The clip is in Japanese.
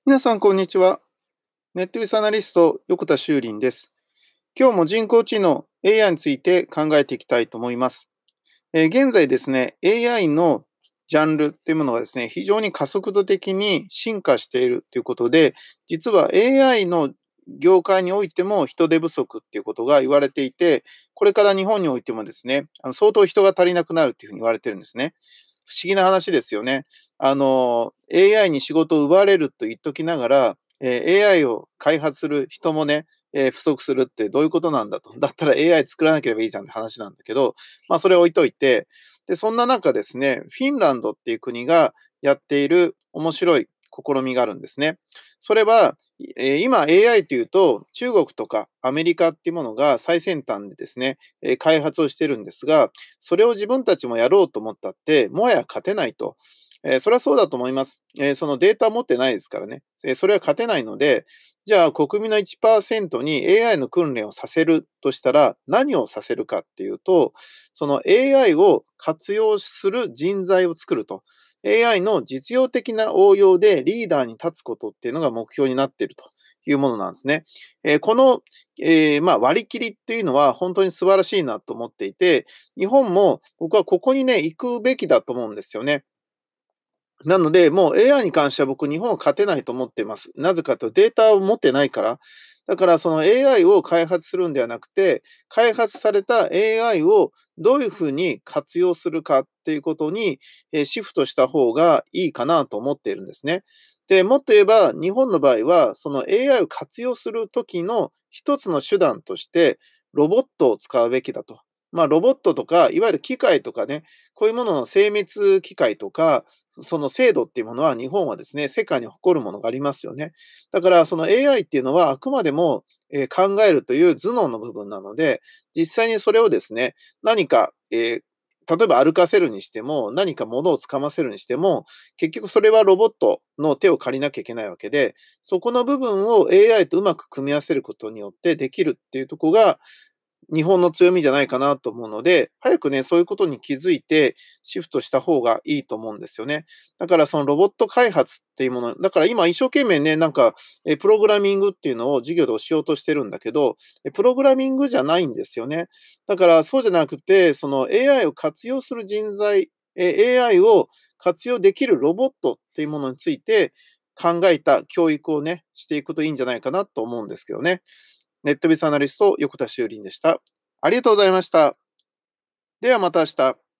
皆さん、こんにちは。ネットビスアナリスト、横田修林です。今日も人工知能 AI について考えていきたいと思います。現在ですね、AI のジャンルっていうものがですね、非常に加速度的に進化しているということで、実は AI の業界においても人手不足っていうことが言われていて、これから日本においてもですね、相当人が足りなくなるっていうふうに言われてるんですね。不思議な話ですよね。AI に仕事を奪われると言っときながら、AI を開発する人もね、不足するってどういうことなんだと。だったら AI 作らなければいいじゃんって話なんだけど、それを置いといて、で、そんな中ですね、フィンランドっていう国がやっている面白い試みがあるんですね。それは、今 AI というと、中国とかアメリカっていうものが最先端でですね、開発をしてるんですが、それを自分たちもやろうと思ったって、もはや勝てないと。それはそうだと思います。そのデータ持ってないですからね。それは勝てないので、じゃあ国民の1%に AI の訓練をさせるとしたら、何をさせるかっていうと、その AI を活用する人材を作ると。AI の実用的な応用でリーダーに立つことっていうのが目標になっているというものなんですね。この、割り切りっていうのは本当に素晴らしいなと思っていて、日本も僕はここにね、行くべきだと思うんですよね。なので、もう AI に関しては僕、日本は勝てないと思っています。なぜかというとデータを持ってないから。だからその AI を開発するんではなくて、開発された AI をどういうふうに活用するかっていうことに、シフトした方がいいかなと思っているんですね。で、もっと言えば、日本の場合は、その AI を活用する時の一つの手段として、ロボットを使うべきだと。ロボットとか、いわゆる機械とかね、こういうものの精密機械とか、その精度っていうものは日本はですね、世界に誇るものがありますよね。だからその AI っていうのはあくまでも、考えるという頭脳の部分なので、実際にそれをですね、何か、例えば歩かせるにしても、何か物をつかませるにしても、結局それはロボットの手を借りなきゃいけないわけで、そこの部分を AI とうまく組み合わせることによってできるっていうとこが、日本の強みじゃないかなと思うので、早くね、そういうことに気づいてシフトした方がいいと思うんですよね。だからそのロボット開発っていうもの、だから今一生懸命ね、プログラミングっていうのを授業で教えようとしてるんだけど、プログラミングじゃないんですよね。だからそうじゃなくて、その AI を活用する人材、AI を活用できるロボットっていうものについて考えた教育をね、していくといいんじゃないかなと思うんですけどね。ネットビスアナリスト、横田修林でした。ありがとうございました。ではまた明日。